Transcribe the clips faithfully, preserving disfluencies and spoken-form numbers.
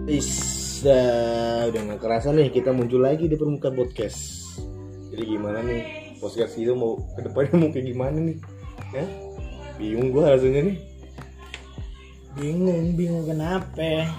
Is, dah, udah gak kerasa nih kita muncul lagi di permukaan podcast. Jadi gimana nih podcast itu mau kedepannya mau kayak gimana nih? Ya? Bingung gua rasanya nih. Bingung, bingung kenapa?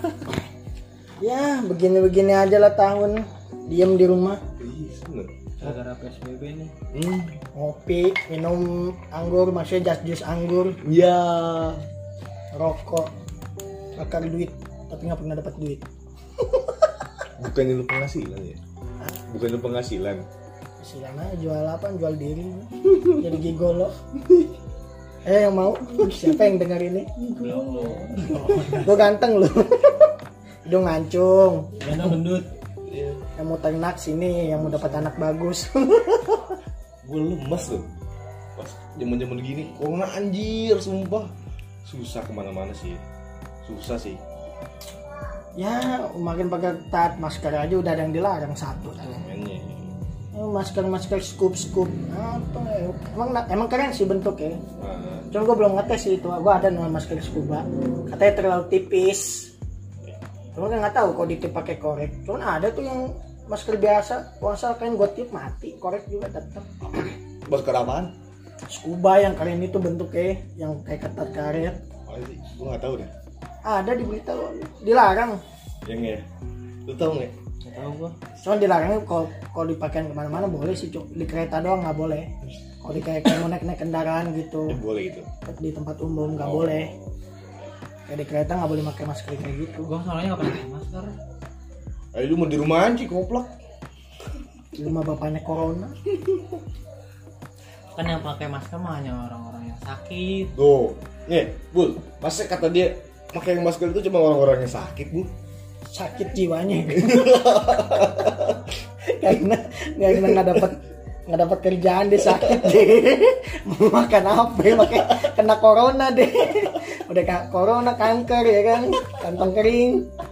Ya begini-begini aja lah tahun diam di rumah. Iya, gara-gara P S B B nih. Hmm. Ngopi, minum anggur, maksudnya jus-jus anggur, Ya. rokok, bakar duit, tapi nggak pernah dapat duit. Bukannya lu penghasilan ya? Bukan lu penghasilan. Silakan aja jual apa? Jual diri. Jadi gigolo. Eh yang mau? Siapa yang dengar ini? Gue ganteng loh. Hidung ngancung. Karena gendut. Yang mau ternak sini, yang mau dapat anak bagus. Gue lemes loh. Pas zaman-zaman gini, corona anjir, sumpah. Susah kemana-mana sih. Susah sih. Ya makin pakai taat masker aja udah ada yang dilarang satu. Makanya. Masker-masker scoop-scoop apa ya? Emang emang keren sih bentuknya. Nah, Cuma gue belum ngetes sih itu. Gue ada nama masker scuba. Katanya terlalu tipis. Cuma kan nggak tahu kalau ditip pakai korek. Cuma ada tuh yang masker biasa. Puasa kan gue tip mati, korek juga tetap. masker apaan? Scuba yang keren itu bentuknya, yang kayak ketat karet. Oh, gue nggak tahu deh. Ada di berita loh. Dilarang. Yang ya, lu tahu nggak? Nggak tahu gua. Cuma dilarangnya kalau kalau dipakai kemana-mana boleh sih, Cuk. Di kereta doang nggak boleh. Kalau di kayak kayak mau naik-naik kendaraan gitu, Eh, boleh gitu. di tempat umum nggak Oh. boleh. Kayak di kereta nggak boleh pakai masker kayak gitu. Gua soalnya nggak pakai masker. Ayo lu mau di rumah aja koplak. Di rumah bapaknya corona. Kan yang pakai masker mah hanya orang-orang yang sakit. Tuh, nih, Bul, masa kata dia pakai masker itu cuma orang-orang yang sakit, Bu? Sakit jiwanya. Karena karena nggak dapat nggak dapat kerjaan deh, sakit deh. Mau makan apa ya, pakai kena corona deh. Udah kak corona, kanker ya kan, kantong kering.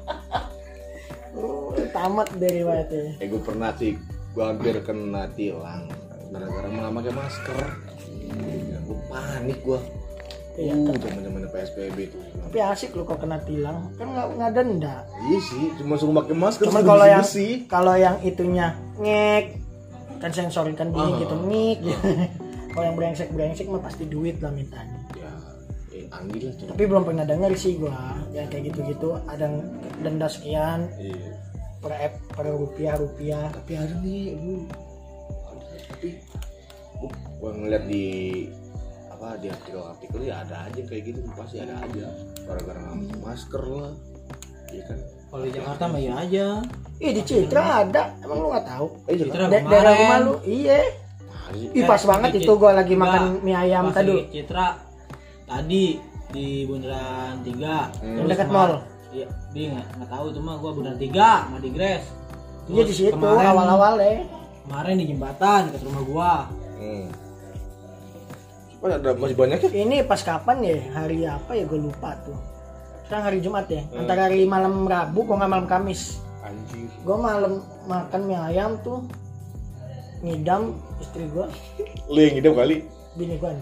Oh, tamat dari riwayatnya. Eh, gue pernah sih, gue hampir kena tilang gara-gara nggak pakai masker. Ya, gue panik gue. Iya, Uh, zaman-zaman P S B B tuh. Tapi asik loh kalau kena tilang, kan nggak nggak denda. Iya sih, cuma suruh pakai masker. Cuman sudah kalau yang bersih-bersih. kalau yang itunya ngek, kan sensorin kan bunyi Ah. gitu ngik. Kalau yang brengsek-brengsek mah pasti duit lah mintanya. Ya, eh, ambil lah tuh. Tapi belum pernah denger sih gua yang kayak gitu-gitu ada yang denda sekian Iya. per app per rupiah rupiah. Tapi ada nih, lu. Tapi gue ngeliat di apa di artikel-artikel ya ada aja kayak gitu, pasti ada aja gara-gara nggak pakai masker lah, iya kan? Kalau di Jakarta mah iya aja. Ih di Citra ada, emang lu nggak tahu? Eh Citra Da- kemarin. daerah rumah lu, iya. Masih. Ih pas Eh, banget di itu Cit- gua lagi Enggak, makan mie ayam pas tadi. di Citra tadi di Bundaran tiga. Hmm. Terus Dekat kemar- mall. Iya, dia nggak nggak tahu itu mah gua Bundaran tiga sama di Gres. Iya di situ awal-awal deh. Kemarin di jembatan dekat rumah gua. Hmm. Oh, ada masih banyak ya? Ini pas kapan ya? Hari apa ya? Gue lupa tuh. Sekarang hari Jumat ya. Hmm. Antara hari malam Rabu, kok nggak malam Kamis. Anjir. Gue malam makan mie ayam tuh, ngidam istri gue, Lu yang hidup kali. bini gue.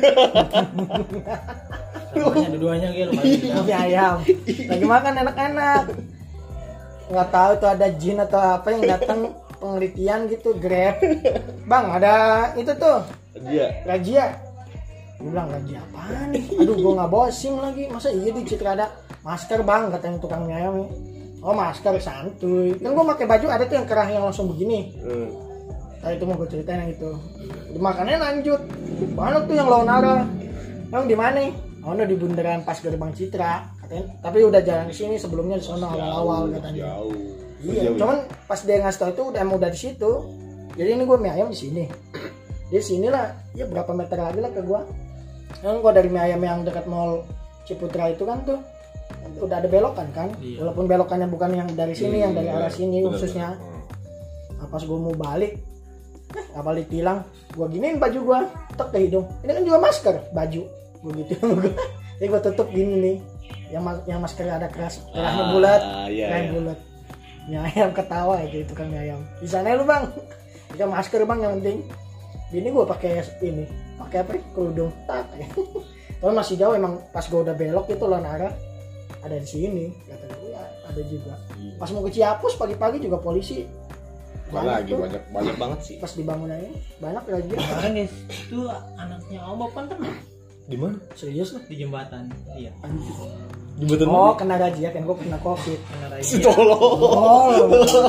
Semuanya dua-duanya gitu kan. Mie ayam. Lagi makan enak-enak. Nggak tahu tuh ada jin atau apa yang datang penelitian gitu, Grab. Bang ada itu tuh Dia. razia. Gue bilang razia apaan nih? Aduh gue nggak bawa SIM lagi. Masa iya di Citra ada masker bang, katanya tukang mie ayam. Oh masker santuy. Kan gue pakai baju ada tuh yang kerah yang langsung begini. Hmm. Nah itu mau gue ceritain yang itu. Makannya lanjut. Mana tuh yang lawan arah? Emang di mana? Oh no, di bundaran pas gerbang Citra. Katanya. Tapi udah jalan ke sini sebelumnya di sana awal-awal katanya. Jauh. Iya. Jauh. Cuman pas dia ngasih tau itu udah emang udah di situ. Jadi ini gue mie ayam di sini. Di sini lah. Ya berapa meter lagi lah ke gue. Yang gue dari mie ayam yang dekat mall Ciputra itu kan tuh udah ada belokan kan. Iya. Walaupun belokannya bukan yang dari sini, yang dari Iya, arah sini bener, khususnya. bener. Nah, pas gue mau balik, eh, nggak balik tilang, gue giniin baju gue, tek ke hidung. Ini kan juga masker, baju, gue gitu. Jadi gue tutup gini nih, yang ma- yang masker ada keras, kerasnya Ah, bulat, iya, kayak iya. bulat. Mie ayam ketawa ya gitu kan mie ayam. Di sana lu bang, kita masker bang yang penting. Bini gue pakai ini, pakai apa? Kerudung, tak. Tapi masih jauh emang pas gue udah belok itu lawan arah ada di sini, kata gue ya ada juga. Iya. Pas mau ke Ciapus pagi-pagi juga polisi Banyak lagi tuh. banyak banyak banget sih. Pas dibangun aja banyak lagi. Kemarin guys, itu anaknya Om Bob kan kena Di mana? Serius lah. di jembatan. Iya. Anjir. Jembatan Oh kena razia kan gue kena covid. Kena Si razia. tolong. Oh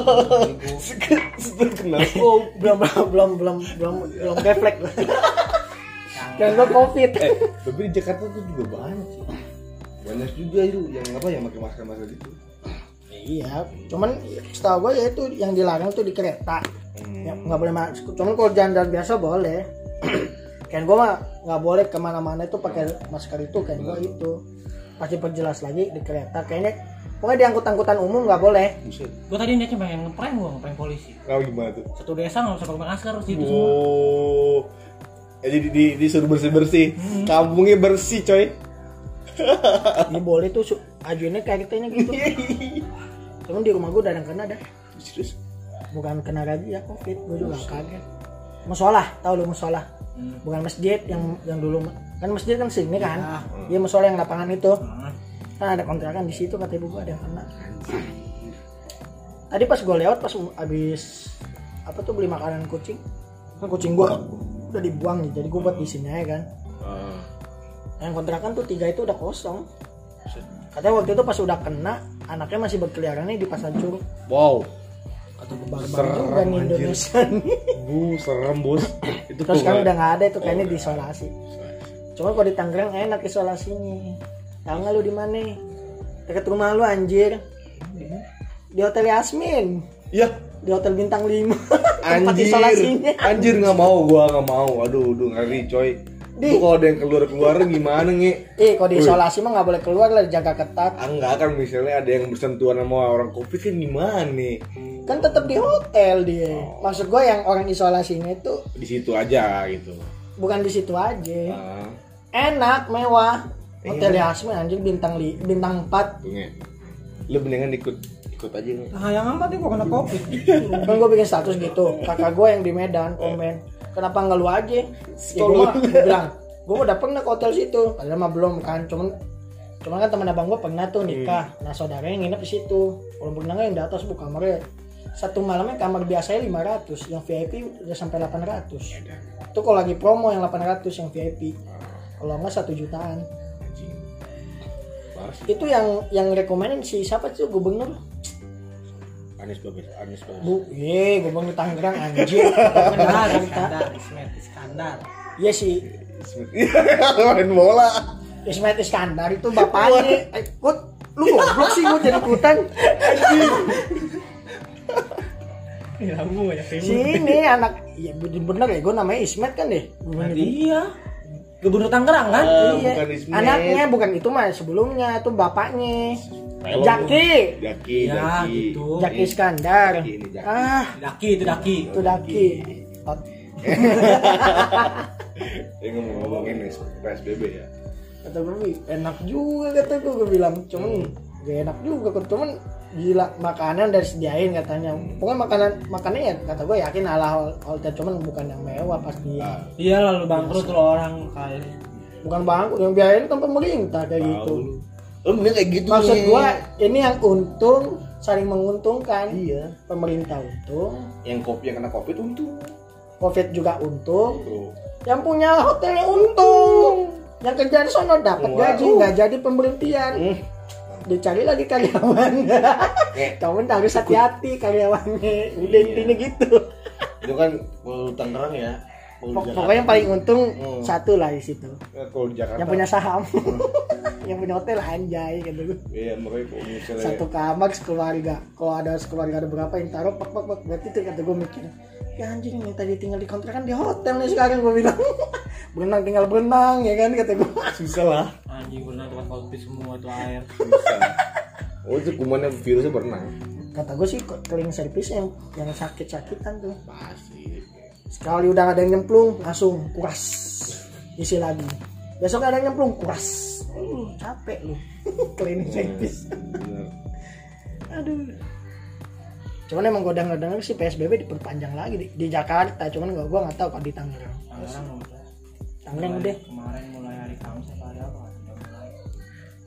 Kenapa? oh, belum belum belum belum belum belum refleks. Kan gue covid. Eh, tapi di Jakarta tuh juga banyak sih. Banyak juga itu yang apa yang pakai masker masker gitu. Iya, cuman setahu gue ya itu yang dilarang tuh di kereta. Hmm. Ya, nggak boleh masuk. Cuman kalau jalan-jalan biasa boleh. Kan gue mah nggak boleh kemana-mana itu pakai masker itu kan gue itu. Pasti perjelas lagi di kereta. Kayaknya pokoknya di angkutan-angkutan umum nggak boleh. Buset. Gue tadi niatnya pengen ngeprank gue, ngeprank polisi. Kau gimana tuh? Satu desa nggak usah pakai masker di situ semua. Oh. Jadi di, di, disuruh bersih-bersih. Hmm. Kampungnya bersih, coy. Ini boleh tuh su- ajuinnya kayak kitanya gitu. Cuman di rumah gue udah ada yang kena dah. Serius? Bukan kena razia covid, gue juga kaget. Musola, tahu lu musola? Hmm. Bukan masjid yang yang dulu kan masjid kan sini kan. Ya. Dia musola yang lapangan itu. Nah, Kan ada kontrakan di situ kata ibu gue ada yang kena. Tadi pas gue lewat pas abis apa tuh beli makanan kucing, kan kucing gue udah dibuang nih, jadi gue buat di sini aja kan. Ah. Yang kontrakan tuh tiga itu udah kosong. Katanya waktu itu pas udah kena, anaknya masih berkeliaran nih di pasar Curug. Wow. Kata gue barbar Serem, juga nih anjir. Indonesia nih. Bu, serem, Bos. Itu Terus kok kan nggak- udah nggak ada itu kayaknya Oh, diisolasi. Cuma kalau di Tangerang enak isolasinya. Tahu nggak lu di mana? Dekat rumah lu anjir. Di Hotel Yasmin. Iya. Di Hotel Bintang lima. Tempat Anjir. isolasinya. Anjir nggak mau, gua nggak mau. Aduh, aduh ngeri, coy. Di- Itu kalau ada yang keluar-keluar gimana, Nge? Eh, kalau diisolasi mah nggak boleh keluar lah, jaga ketat. Ah, enggak kan misalnya ada yang bersentuhan sama orang Covid kan gimana nih? Kan tetap di hotel dia. Maksud gue yang orang isolasinya itu Di situ aja gitu. bukan di situ aja. Ah, Enak, mewah. Hotel Iya. Yasmin anjir bintang li, bintang empat. tuh, Nge. Lu mendingan ikut ikut aja, Nge. nah yang amat nih gue kena covid. Kan gue bikin status gitu. Kakak gue yang di Medan komen, "Kenapa nggak lu aja?" Ya gue mah gua bilang, "Gue udah pernah ke hotel situ." Padahal mah belum kan, cuman cuman kan teman abang gue pernah tuh nikah. Nah, saudaranya nginep di situ. Kalau pernah nggak yang di atas bu kamarnya satu malamnya kamar biasanya lima ratus, yang V I P udah sampai delapan ratus. Itu kalau lagi promo yang delapan ratus yang V I P. Kalau nggak satu jutaan. Anjing. Parah sih. Itu yang yang rekomenin si siapa sih gubernur? Anies Babes, Anies Babes. Bu, ye, gubernur Tangerang anjir. Iskandar, Benar, Iskandar, Ismet Iskandar. Iya sih. Main bola. Ismet Iskandar itu bapaknya. Eh, Kut, lu goblok sih gua jadi ikutan. Iya, gue ya Si ini anak, iya bener ya, gua namanya Ismet kan deh. Gubernur itu. Iya. Gubernur Tangerang kan? Ah, Iya. bukan Ismet. Anaknya bukan itu mah sebelumnya itu bapaknya. Pelong. Jaki. Jaki, Ya, Jaki. gitu. Jaki Iskandar. Jaki ini, Jaki. Ah, Daki itu Daki. itu Daki. Tot. Dia ngomong-ngomongin P S B B ya. Kata gue, "Wih, enak juga," kata gue, gue bilang. Cuman gak enak juga, cuman gila makanan dari sediain katanya. Pokoknya makanan makanannya ya kata gue yakin ala hotel, cuman bukan yang mewah pasti. Ah, Iya lalu bangkrut lo orang kali. Bukan bangku yang biayain kan pemerintah kayak gitu. tahu lu. Lu mending kayak gitu. Maksud Nge. gue ini yang untung saling menguntungkan. Iya. Pemerintah untung, Yang kopi yang kena Covid untung. Covid juga untung, Tuh. yang punya hotelnya untung. Yang kerja di sono dapat Wah. gaji, nggak jadi pemberhentian. Hmm. Dicari lagi karyawan. Kamu harus hati-hati karyawannya. Udah Iya. intinya gitu. Itu kan kalau di Tangerang ya. Kalau di Pok- Jakarta- Pokoknya yang paling untung Hmm. satu lah di situ. Ya, kalau di Jakarta. Yang punya saham. Yang punya hotel anjay gitu. Iya, makanya kalau misalnya Satu kamar sekeluarga. Kalau ada sekeluarga ada berapa yang taruh pak pak pak. Berarti itu kata gue mikir. Ya anjing yang tadi tinggal di kontrakan di hotel nih sekarang gue bilang. Berenang tinggal berenang ya kan kata gue. susah lah. Anjing berenang tempat kopi semua tuh air. Susah. Oh, itu kumannya virusnya berenang. Kata gue sih cleaning service yang yang sakit-sakitan tuh. Pasti. Sekali udah ada yang nyemplung langsung kuras isi lagi. Besok ada yang nyemplung kuras. Uh, capek lu. Cleaning service. Bener. Aduh. Cuman emang gue denger-denger sih P S B B diperpanjang lagi di, di Jakarta. Cuman gua gua nggak tahu kalau di Tangerang. Tangerang udah. Tangerang Mulai- udah. Kemarin mulai hari Kamis apa hari apa? Udah mulai.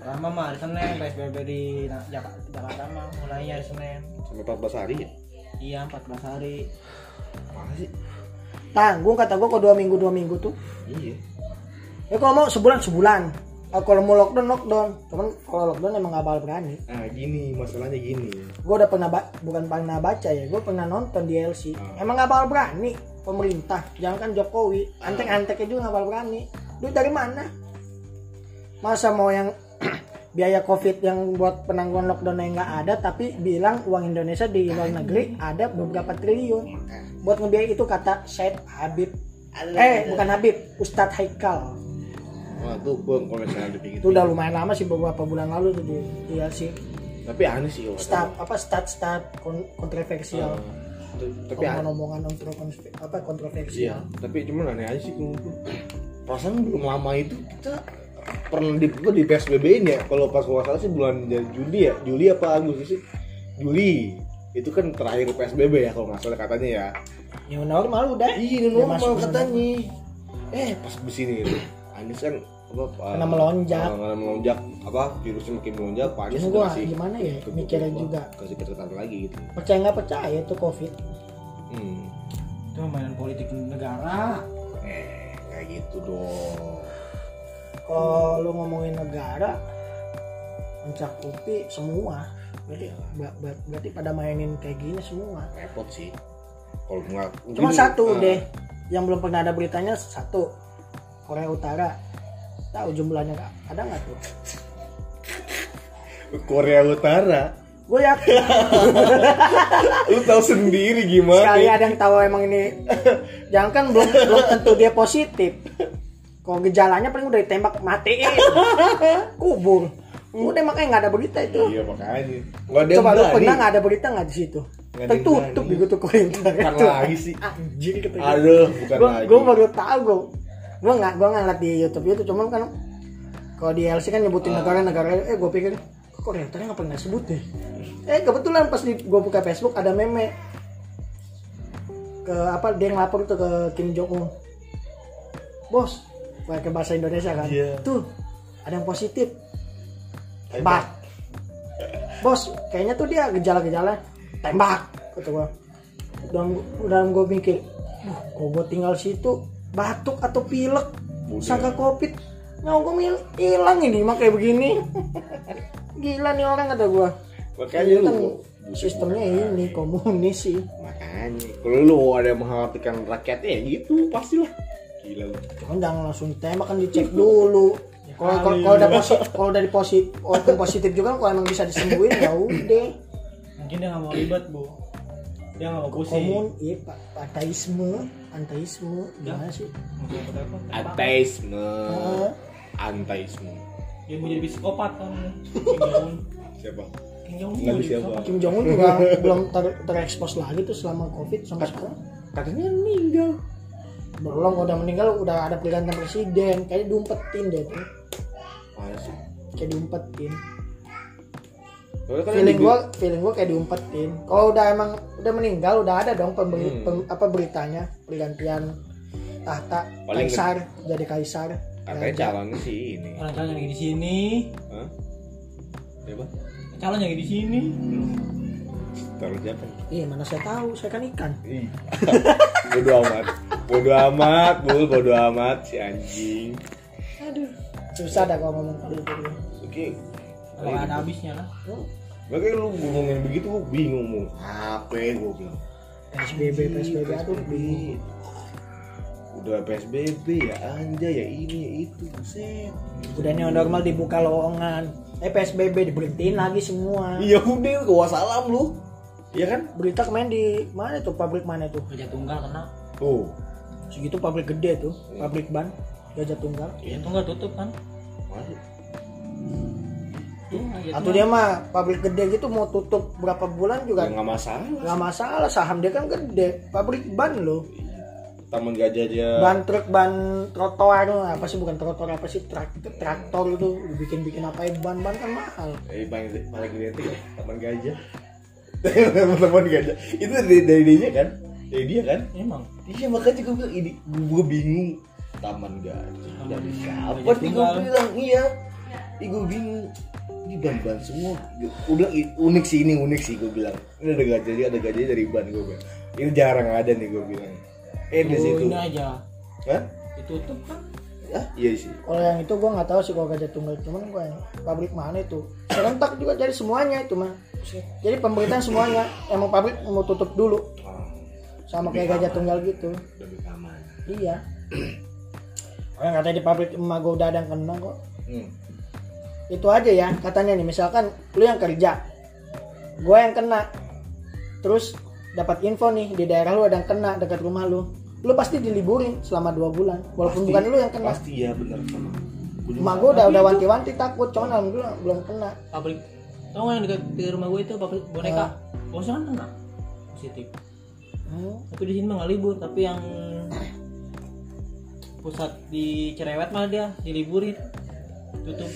Pertama mah hari Senin P S B B di Na- Jak- Jakarta mah mulainya hari Senin. Sampai empat belas hari ya? Iya empat belas hari. Mana sih? Tanggung kata gua kok dua minggu dua minggu tuh. Iya. Ya kalau mau sebulan sebulan. Ah, kalau mau lockdown lockdown. Cuman kalau lockdown emang gak bakal berani. Nah gini, masalahnya gini. Gue udah pernah ba- bukan pernah baca ya, gue pernah nonton di L C. Ah. Emang gak bakal berani pemerintah, jangan kan Jokowi, antek-anteknya juga gak bakal berani. Duit dari mana? Masa mau yang biaya COVID yang buat penangguhan lockdown yang nggak ada, tapi bilang uang Indonesia di luar negeri ada beberapa triliun buat ngebiayai itu, kata Syed Habib. Eh bukan Habib, Ustadz Haikal. Wah tuh gue kalau misalnya ada pikir Itu udah lumayan lama sih, beberapa bulan lalu tuh di, di L C. tapi aneh sih oh, Stat apa stat stat kon- kontroversial. Uh, tapi aneh. Omongan-omongan untuk konf- apa Iya, kontroversial. tapi cuman aneh aja sih kalau gue. Perasaan belum lama itu kita pernah di gua di P S B B ini ya. Kalau pas gua salah sih bulan Juli ya, Juli apa Agustus sih? Juli. Itu kan terakhir P S B B ya kalau nggak salah katanya ya. New normal udah. Iya, Udah normal masuk katanya. Eh, pas di sini itu. Anies kan apa Kena melonjak. Kena melonjak apa virusnya makin melonjak, Pak Anies Cuma udah gua kasih gimana ya mikirin juga. kasih perketat lagi gitu. Percaya nggak percaya tuh COVID. Hmm. Itu mainan politik negara. Eh, kayak gitu dong. Kalau lu ngomongin negara mencakupi semua. Berarti, ber- ber- berarti pada mainin kayak gini semua. Repot sih. Kalau nggak Cuma gini, satu ah, deh yang belum pernah ada beritanya, satu Korea Utara. Tahu jumlahnya nggak? Ada nggak tuh? Korea Utara. Gue yakin Lu tahu sendiri gimana? sekali ada yang tahu emang ini. Jangan kan belum belum tentu dia positif. Kalau gejalanya paling udah ditembak matiin, kubur. Udah makanya nggak ada berita itu. Iya makanya. Nggak ada yang Coba lu berani. pernah nggak ada berita nggak di situ? Nggak ada yang Tertutup berani. gitu tuh Korea Utara. Bukan Tuh. lagi sih. Anjing gitu. Aduh, bukan Gua lagi. gua baru tahu gua. Gua nggak gua nggak ngeliat di YouTube itu, cuman kan kalau di L C kan nyebutin Ah. negara-negara, eh gua pikir kok Korea Utara nggak pernah sebut deh. Eh kebetulan pas di gua buka Facebook ada meme ke apa, dia ngelapor tuh ke Kim Jong Un. Bos, pakai bahasa Indonesia kan. Iya. Tuh, ada yang positif. Tembak. Bos, kayaknya tuh dia gejala-gejala tembak kata gua. Dan dalam gua mikir, "Duh, kok gua tinggal situ batuk atau pilek, Udah. sangka Covid. Nyawa gua mil- hilang ini makanya begini." Gila nih orang kata gua. Makanya Ini lu kan sistemnya ini komunis sih. makanya kalau lu ada yang mengkhawatirkan rakyatnya ya gitu pastilah. Gila lu. Cuman jangan langsung ditembak, kan dicek dulu. Kalau kalau kalau udah positif, kalau dari positif, walaupun positif juga kalau emang bisa disembuhin ya udah. Mungkin dia nggak mau ribet bu. Dia nggak mau pusing. Komun, iya pak, ateisme, anteisme, gimana sih? Mau ribet apa? Ateisme. Heeh. Antaisme. Dia mau jadi psikopat kan. Kim Jong Un. Siapa? Kim Jong Un Nggak mau jadi bisa, psikopat. Pak. Kim Jong Un juga belum ter terekspos lagi tuh selama Covid sampai sekarang. Katanya meninggal. Belum, udah meninggal, udah ada pergantian presiden, kayaknya diumpetin deh tuh, Mana sih? kayak diumpetin. Soalnya kan Feeling yang gua, feeling gua kayak diumpetin. Kalau udah emang udah meninggal, udah ada dong pemberi, Hmm. pem- apa beritanya pergantian tahta, Paling kaisar jadi kaisar. katanya raja. calonnya sih ini. Orang calon yang di sini. Hah? Siapa? Calon yang di sini. Calon siapa? Iya mana saya tahu, saya kan ikan. Ih. Bodo amat. Bodo amat, Bul, bodo amat si anjing. Aduh, susah dah kalau ngomong kayak gitu. Oke. Kalau ada habisnya lah. Makanya lu ngomongin begitu gua bingung mau apa gua bilang. P S B B, P S B B, aduh bingung. Udah P S B B ya anjay ya ini ya itu buset. Udah new normal dibuka lowongan. Eh P S B B diberhentiin lagi semua. Iya udah gua wassalam lu. Iya kan? Berita kemarin di mana tuh, pabrik mana tuh? Gajah Tunggal kena. Tuh. Segitu pabrik gede tuh, pabrik ban Gajah Tunggal. Gajah Tunggal tutup kan. Masih. Tuh, Gajah Atau Tunggal. dia mah pabrik gede gitu mau tutup berapa bulan juga Ya nggak masalah. nggak masalah, saham dia kan gede. Pabrik ban loh. Taman Gajah dia. Ban truk, ban trotoar, apa sih, bukan trotoar, apa sih, traktor, traktor itu bikin-bikin apa ya, ban-ban kan mahal. Eh paling paling gede itu ya, Taman Gajah. Taman Gajah. Itu dari dari dia kan? Dari dia kan? Emang. Iya makanya gue bilang ini gue bingung Taman Gajah dari siapa Gajah sih gue Tunggal. bilang iya Ih gue bingung, ini ban-ban semua. Gue bilang unik sih ini unik sih gue bilang. Ini ada gajahnya, ada gajahnya dari ban gue bilang. Ini jarang ada nih gue bilang. Eh di situ. Ini aja. Hah? Ditutup kan? Ah, iya sih. Kalau yang itu gue nggak tahu sih kalau gajah tunggal, cuman gue yang pabrik mana itu serentak juga jadi semuanya itu mah. Jadi pemerintahan semuanya emang pabrik mau tutup dulu. Oh, Sama kayak gajah tunggal gitu. lebih aman. Iya. Orang katanya di pabrik emak gue udah ada yang kena kok. Hmm. Itu aja ya katanya nih, misalkan lu yang kerja, gue yang kena, terus dapat info nih di daerah lu ada yang kena dekat rumah lu, lu pasti diliburin selama dua bulan walaupun Pasti, bukan lu yang kena. Pasti ya benar sama. Emak gue udah udah wanti-wanti takut, cuman alhamdulillah belum kena. Pabrik. Tahu nggak yang dekat di rumah gue itu pabrik boneka. Ah. Bosnya kan kena positif. Hmm. Tapi di sini mah nggak libur, tapi yang pusat di Cerewet mah dia diliburin, tutup.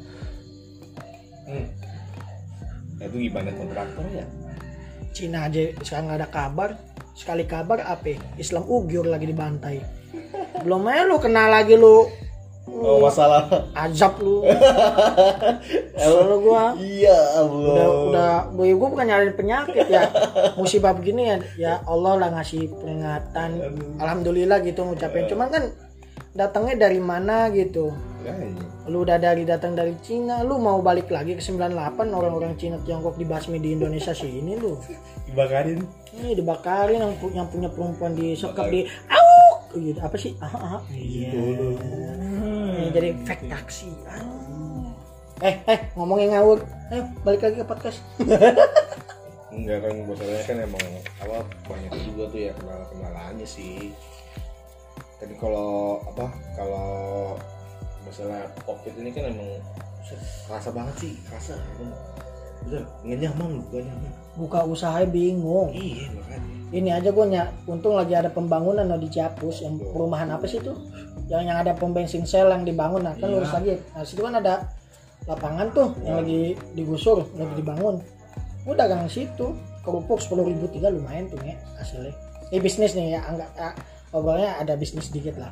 Hmm. Nah, itu gimana kontraktor ya? Cina aja sekarang nggak ada kabar, sekali kabar apa? Islam Ugyur lagi dibantai. Belum aja lu kena lagi lu. Oh masalah. Azab lu. Selalu gua. Iya Allah. Udah udah gue gue bukan nyariin penyakit ya. Musibah begini ya, ya Allah lah ngasih peringatan. Alhamdulillah gitu ngucapin. Cuman kan datangnya dari mana gitu. Lu udah dari datang dari Cina, lu mau balik lagi ke sembilan puluh delapan orang-orang Cina Tiongkok dibasmi di Indonesia sini lu. Dibakarin. Ini dibakarin yang, pu- yang punya perempuan disekap di auk gitu. Apa sih? Ah, ah. Iya. Ini jadi fake taksi. Ah. Eh, eh, ngomongin ngawur. Ayo balik lagi ke podcast. Enggak kan masalahnya kan emang apa banyak juga tuh ya kenal-kenalannya sih. Tapi kalau apa kalau masalah COVID ini kan emang kerasa banget sih, kerasa emang bener nggak nyaman lu, gak nyaman. Buka usaha bingung. Iya makanya. Ini aja gue nyak, untung lagi ada pembangunan no, di Ciapus. Yang perumahan apa sih itu? Yang yang ada pom bensin sel yang dibangun, nah kan Iya. lurus lagi. Nah situ kan ada lapangan tuh yang Iya. lagi digusur, lagi dibangun. Gue dagang situ, kerupuk sepuluh ribu tiga lumayan tuh ya hasilnya. Ini bisnis nih ya, enggak ya, obrolnya ada bisnis sedikit lah.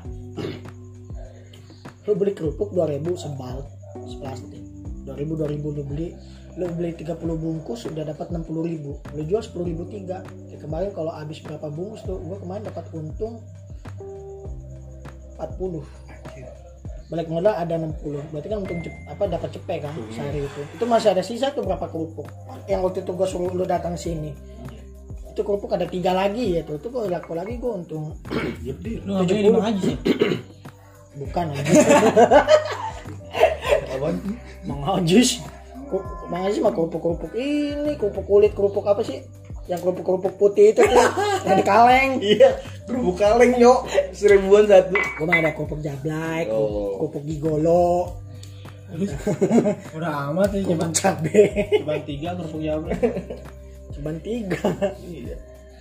Lu beli kerupuk dua ribu sebal, seplastik. dua ribu dua ribu lu beli, lu beli tiga puluh bungkus udah dapat enam puluh ribu. Lu jual sepuluh ribu tiga. Ya, kemarin kalau habis berapa bungkus tuh, gua kemarin dapat untung empat puluh. Balik modal ada enam puluh. Berarti kan untung cep- apa dapat cepet kan sehari itu. Itu masih ada sisa tuh berapa kerupuk. Yang waktu itu gua suruh lu datang sini. Itu kerupuk ada tiga lagi ya tuh. Itu gua laku lagi gua untung Gede. Lu ngapain di Mang Haji sih? bukan aja. Apaan? Mang Hajis. Mang Hajis mah kerupuk-kerupuk ini, kerupuk kulit, kerupuk apa sih? Yang kerupuk-kerupuk putih itu tuh, yang di kaleng. Iya, kerupuk kaleng yo, seribuan satu. Gue mah ada kerupuk jablay, Oh. kerupuk gigolo, Udah amat sih, kerupuk cuman cabe. cuman tiga kerupuk jabra. Cuman tiga. Iya.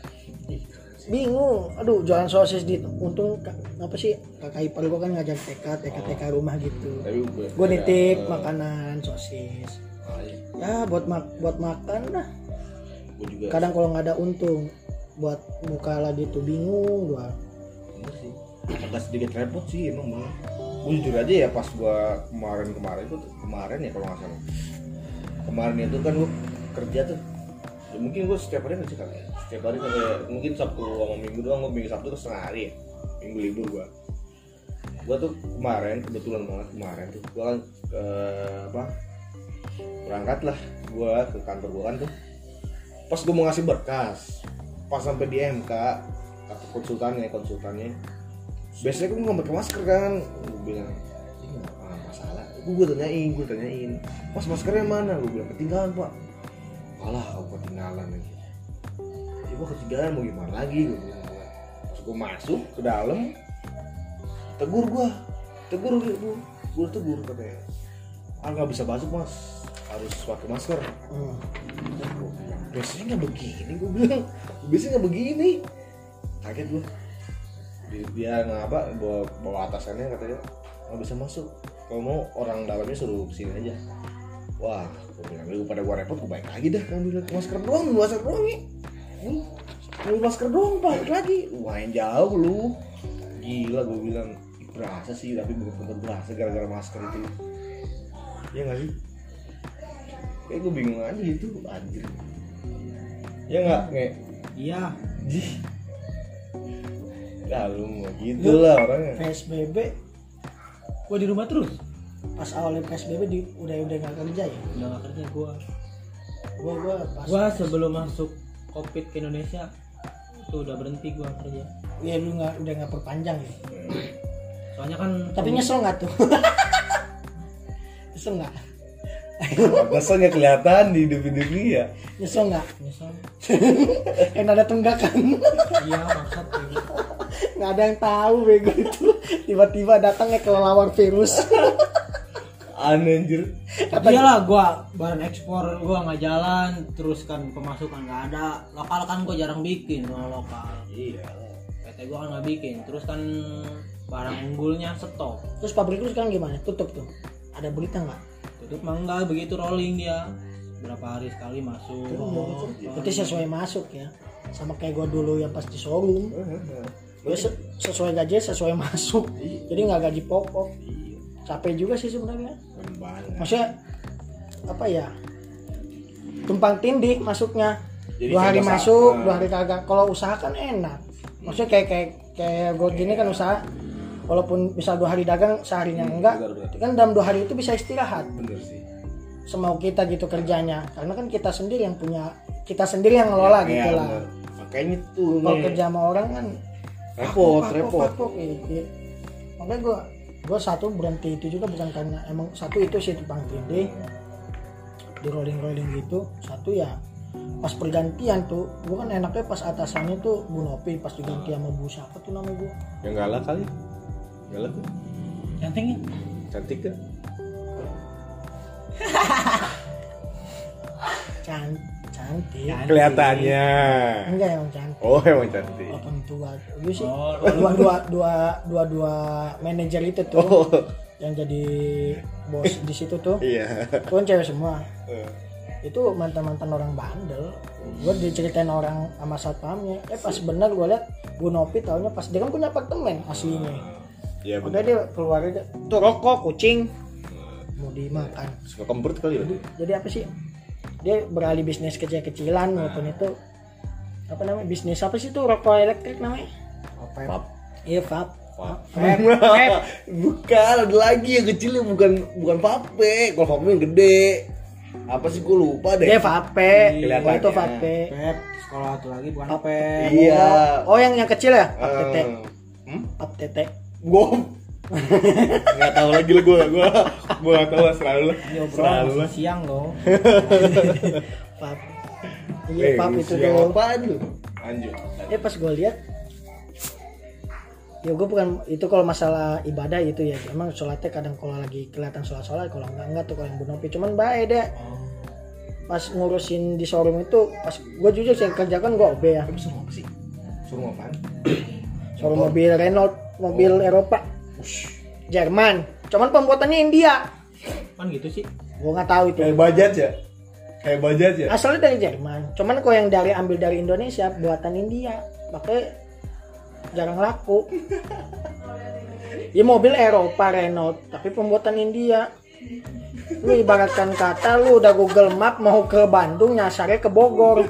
Bingung. Aduh, jualan sosis di untung ka- apa sih? Kakak ipar gue kan ngajak T K, T K T K rumah gitu. Tapi gue, Gue nitip makanan sosis. Ya buat mak buat makan lah. Gue juga. Kadang kalau nggak ada untung buat buka lagi tuh bingung gua. Bener sih. Agak sedikit repot sih emang bang. Gue jujur aja ya pas gue kemarin-kemarin itu kemarin ya kalau nggak salah. Kemarin itu kan gue kerja tuh. Ya, mungkin gue setiap hari kerja kali ya. Setiap hari sampai mungkin Sabtu sama Minggu doang. Gue Minggu Sabtu tuh setengah hari ya. Minggu libur gue. Gue tuh kemarin kebetulan banget kemarin tuh gue kan eh, apa berangkat lah gue ke kantor gue kan tuh. Pas gue mau ngasih berkas, pas sampai di M K kata konsultannya konsultannya biasanya gue nggak pakai masker kan, gue bilang ini nggak ah, masalah, gue tanyain gue tanyain mas maskernya mana, gue bilang ketinggalan pak. Alah aku ketinggalan lagi, ya gue ketinggalan mau gimana lagi, gue bilang. Pas gue masuk ke dalam tegur gue tegur gue gue tegur katanya ah nggak bisa masuk mas, harus pakai masker. Hmm. Biasanya nggak begini, gue bilang biasanya nggak begini. Kaget gue. Dia- dia nggak apa bawa, bawa atasannya katanya nggak bisa masuk, kalau mau orang dalamnya suruh kesini aja. Wah gue bilang gue pada gue repot, gue balik lagi dah kan, bilang masker doang, masker doang nih, Nih, ambil masker doang balik lagi, lumayan jauh lu, gila gue bilang. Ih, berasa sih tapi bener-bener berasa gara-gara masker itu. Iya nggak sih? Kayak gue bingung aja gitu anjir. Ya nggak nge? Iya. Jih. Lalu mau gitu lah orangnya. P S B B Gua di rumah terus. pas awalnya P S B B di, udah udah nggak kerja ya. Udah gak kerja gua. Gua gua pas Gua sebelum masuk Covid ke Indonesia itu udah berhenti gua kerja. ya lu nggak udah nggak perpanjang ya. Soalnya kan Tapi nyesel nggak tuh? Nyesel nggak? Masa nggak kelihatan di hidup-hidup dia? Nyesel nggak? nyesel. Kan ada tunggakan. Iya maksud gitu. Nggak ada yang tahu bego itu. Tiba-tiba datangnya kelelawar virus. Aneh anjir. Tapi iyalah gua barang ekspor gua nggak jalan, terus kan pemasukan nggak ada. Lokal kan gua jarang bikin kalau lokal. Iya. P T gua kan nggak bikin. Terus kan barang unggulnya stop. Terus pabrik lu sekarang gimana? Tutup tuh. Ada berita nggak? Tutup mah enggak, begitu rolling dia. Berapa hari sekali masuk. Berarti sesuai masuk ya. Sama kayak gua dulu yang pas di showroom. Gua se- sesuai gaji sesuai masuk. Jadi nggak gaji pokok. Capek juga sih sebenarnya. Maksudnya apa ya? Tumpang tindih masuknya. Jadi Dua hari kayak masuk, usaha. dua hari kagak. Kalau usaha kan enak. Maksudnya kayak kayak kayak gue gini kan usaha. Walaupun bisa dua hari dagang, seharinya enggak, benar, benar. kan dalam dua hari itu bisa istirahat. Bener sih. Semau kita gitu kerjanya, karena kan kita sendiri yang punya, kita sendiri yang ngelola Ya, gitu ya, lah. bener. Makanya tuh Kalau nih. kerja sama orang kan repot, pakok, repot. pakok, gitu. Makanya gue gue satu berhenti itu juga bukan karena emang satu itu sih tumpang tindih di rolling rolling gitu. Satu ya pas pergantian tuh, gue kan enaknya pas atasannya tuh Bu Nopi, pas diganti sama Bu siapa tuh namanya gue. Yang galak kali. Galak tuh. Cantiknya. Cantik kan? Can cantik. Kelihatannya. Enggak emang cantik. Oh, emang cantik. Walaupun tua, gue sih Oh, dua dua dua dua dua manajer itu tuh Oh. yang jadi bos di situ tuh, Iya. itu kan cewek semua. Eh. Itu mantan mantan orang bandel. Gue diceritain orang sama satpamnya. Eh pas bener gue liat Bu Nopi taunya pas dia kan punya apartemen aslinya. Iya Udah bener. dia keluar aja. Tuh rokok kucing mau dimakan. Suka kemprut kali ya? Jadi, jadi apa sih? Dia beralih bisnis kecil-kecilan walaupun itu apa namanya bisnis apa sih tuh rokok elektrik namanya? Pap. Iya vape. Pap. Vape. Vape. Bukan, ada lagi yang kecil yang bukan bukan vape. Kalau vape yang gede. Apa sih gue lupa deh. Dia vape. Kelihatannya. Oh, itu vape. Pep, sekolah satu lagi bukan Vape. Pep. Iya. Oh yang yang kecil ya? Vape tete. Eh, Hmm? Vape tete. Gue nggak tahu lagi lah gue gue gue nggak tahu lah selalu lah Ini obrolan selalu lah. masih siang loh. Vape. Iya Eh, vape itu siang tuh. apaan lu? Lanjut. Eh pas gue lihat ya gue bukan itu kalau masalah ibadah itu ya emang sholatnya kadang kalau lagi kelihatan sholat sholat kalau enggak enggak tuh kalau yang Bu Nopi cuman baik deh pas ngurusin di showroom itu pas gue jujur sih yang kerjakan gue O B ya Tapi suruh apa sih? Suruh apaan? showroom mobil Renault mobil Eropa Jerman cuman pembuatannya India Kan gitu sih. gue nggak tahu itu Kayak Bajaj ya? Kayak Bajaj ya? asalnya dari Jerman cuman kalau yang dari ambil dari Indonesia buatan India makanya jarang laku. Ya mobil Eropa Renault tapi pembuatan India. Lu ibaratkan kata lu udah Google Map mau ke Bandung nyasarnya ke Bogor.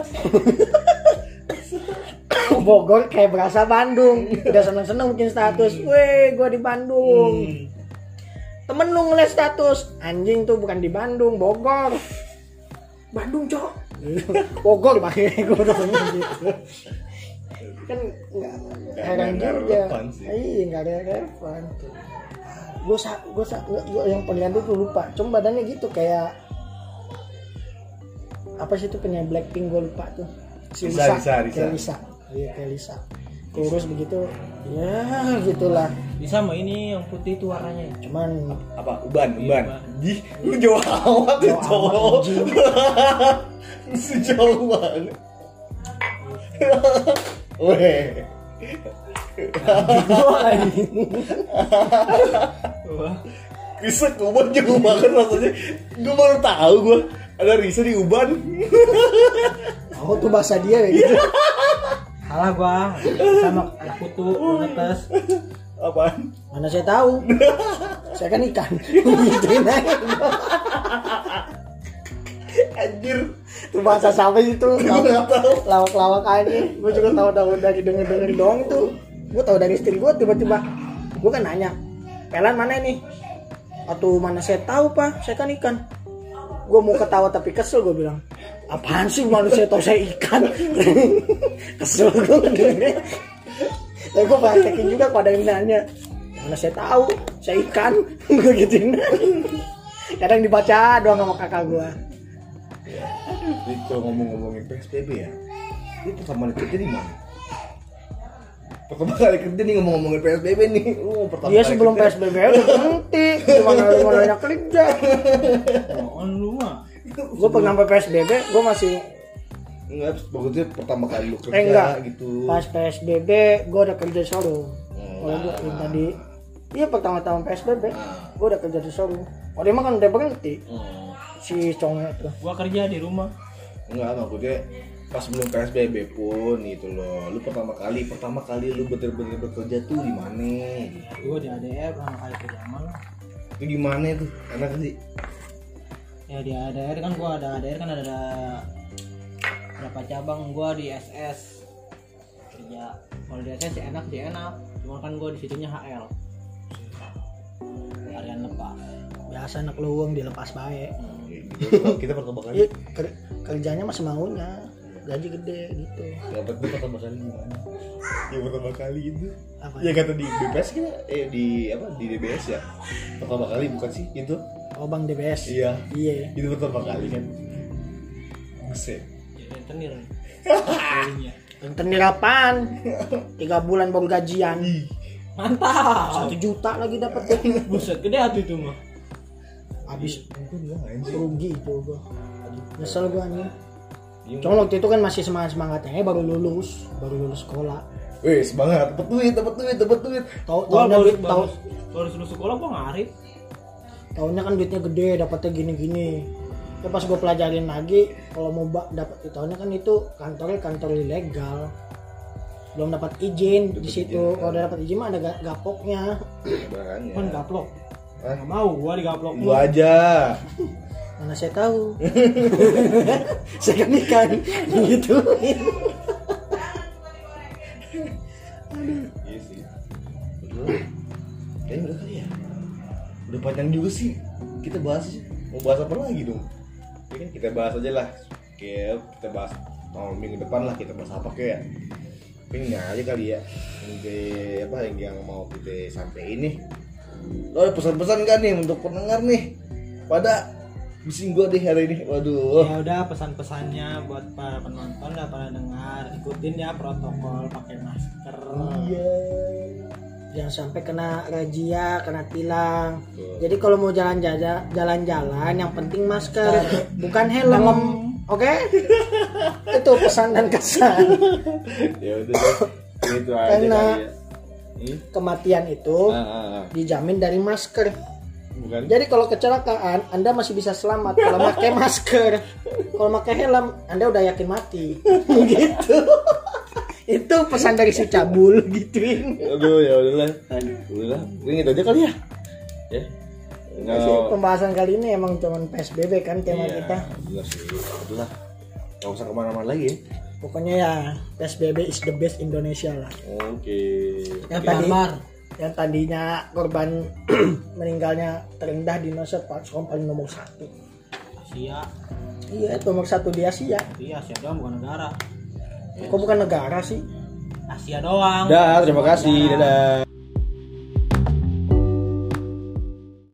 Bogor kayak berasa Bandung. Udah seneng-seneng bikin status, "Weh, gua di Bandung." Temen lu ngeliat status, anjing tuh bukan di Bandung, Bogor. Bandung, Cok. Bogor pakai gua udah gitu. Kan nggak heran nggak juga. relevan sih. Iya, nggak ada relevan tuh. Gue sa, gue sa, gue yang pilihan tuh lupa. Cuma badannya gitu kayak apa sih itu penyanyi Blackpink gue lupa tuh. Si Lisa, Lisa, Lisa. Kayak Lisa. Iya kayak Lisa. Kurus begitu. Ya gitulah. Bisa sama ini yang putih itu warnanya. Cuman Apa? Uban, Iya, uban. uban. Jih, lu jauh amat ya, Jauh cowok. amat, anjing. Sejauh banget. Weh. Wah, Risa ke Uban jauh banget rasanya. Gue baru tahu gue ada Risa di Uban. oh tuh bahasa dia kayak gitu. salah gua. Sama anak kutu, lu netes. Apaan? Mana saya tahu. saya kan ikan. Gituin aja. Anjir. Itu bahasa siapa itu? Lawak-lawak aja. Gue juga tahu tahu dari denger-denger doang itu. Gue tahu dari istri gue tiba-tiba. Gue kan nanya, pelan mana nih? Atau mana saya tahu pak? Saya kan ikan. Gue mau ketawa tapi kesel gue bilang. Apaan sih manusia tahu saya ikan? Kesel gue dengernya. Tapi gue praktekin juga pada yang nanya. Mana saya tahu saya ikan. Gue gituin. Kadang dibaca doang sama kakak gue. Jadi kalau ngomong-ngomongin P S B B ya, ini pertama kali kerja di mana? Pertama kali kerja nih ngomong-ngomongin P S B B nih. Oh, pertama Dia kali sebelum P kerja. S B B udah berhenti. Cuma nanya kerja. On lu mah. Gue pernah sampai P S B B, gue masih Enggak, bagusnya pertama kali lu kerja eh enggak gitu. pas P S B B gue udah kerja di showroom. Kalau gue yang tadi iya pertama-tama P S B B gue udah kerja di showroom. Oh dia mah kan udah berhenti Hmm. si congnya itu. Gua kerja di rumah. Enggak, maksudnya pas sebelum P S B B pun gitu loh. Lu pertama kali, pertama kali lu bener-bener bekerja tuh di mana gitu. Gua di A D R pertama kali kerja sama lah. Itu gimana tuh? Enak sih. Ya di A D R kan gua ada A D R kan ada berapa cabang, gua di S S kerja. Kalau di S S sih enak sih enak, cuma kan gua di situnya H L harian lepas. Biasa anak luwung dilepas baik. Gitu. Kita pertama Iya kali. ker- kerjanya masih maunya gaji gede gitu. Dapat tuh pertama kali gimana? Yang pertama kali itu. Apa? Ya kata di B B S kita eh di apa di D B S ya. Pertama kali bukan sih itu? Oh bang D B S. Iya. Iya. Itu pertama kali kan. Buset. Jadi rentenir. Kalinya. Rentenir apaan? Tiga bulan baru gajian. Mantap. Satu juta lagi dapet. Buset gede hati itu mah. Habis Itu dia anjir. rugi itu gue. Nyesel gue anjing. Iya. Cuma waktu itu kan masih semangat semangatnya, eh baru lulus, baru lulus sekolah. Wih, semangat, dapat duit, dapat duit, dapat duit. Tahu Gua tahunnya baru duit tahu baru lulus sekolah gua ngarit. tahunnya kan duitnya gede, dapatnya gini-gini. Ya pas gue pelajarin lagi, kalau mau ba- dapat tahunnya kan itu kantornya kantor ilegal. Belum dapat izin di situ. Kalau udah dapat izin mah ada ga- gapoknya. Barangnya. Kan gaplok. Hah? Nggak mau gua digaplok. Gua aja. Mana saya tahu. Saya kan ikan gitu. Iya sih. Betul. Kayaknya udah kali ya. Udah panjang juga sih. Kita bahas aja. Mau bahas apa lagi dong? Ya kan kita bahas aja lah. Kayak kita bahas mau minggu depan lah kita bahas apa kayak. Pengen aja kali ya. Yang apa yang, yang mau kita sampein nih. Lo ada pesan-pesan kan nih untuk pendengar nih? Pada bising gua deh hari ini. Waduh. Ya udah pesan-pesannya buat para penonton dan para dengar, ikutin ya protokol, pakai masker. Iya. Jangan sampai kena razia, kena tilang. Betul. Jadi kalau mau jalan-jalan, jalan-jalan yang penting masker, bukan helm. Oke? Itu pesan dan kesan. Ya udah deh. Itu aja Karena kali ya. Ih. Kematian itu Ah, ah, ah. dijamin dari masker. Bukan? Jadi kalau kecelakaan, Anda masih bisa selamat kalau pakai masker. Kalau pakai helm, Anda udah yakin mati. Gitu. Itu pesan dari si cabul gituin. Aduh, ya udahlah. Udahlah. Mungkin itu aja kali ya. Ya. Sih, pembahasan kali ini emang cuman P S B B kan tema Iya, kita. Udah sih. Udahlah. Enggak usah kemana-mana lagi ya. Pokoknya ya P S B B is the best Indonesia lah. Oke. Yang Oke, tadi Amar. yang tadinya korban meninggalnya terendah di Indonesia sekarang paling nomor satu. Asia. Iya, itu nomor satu di Asia. Iya, Asia doang bukan negara. Kok bukan negara sih? Asia doang. Dah, terima kasih. Dadah.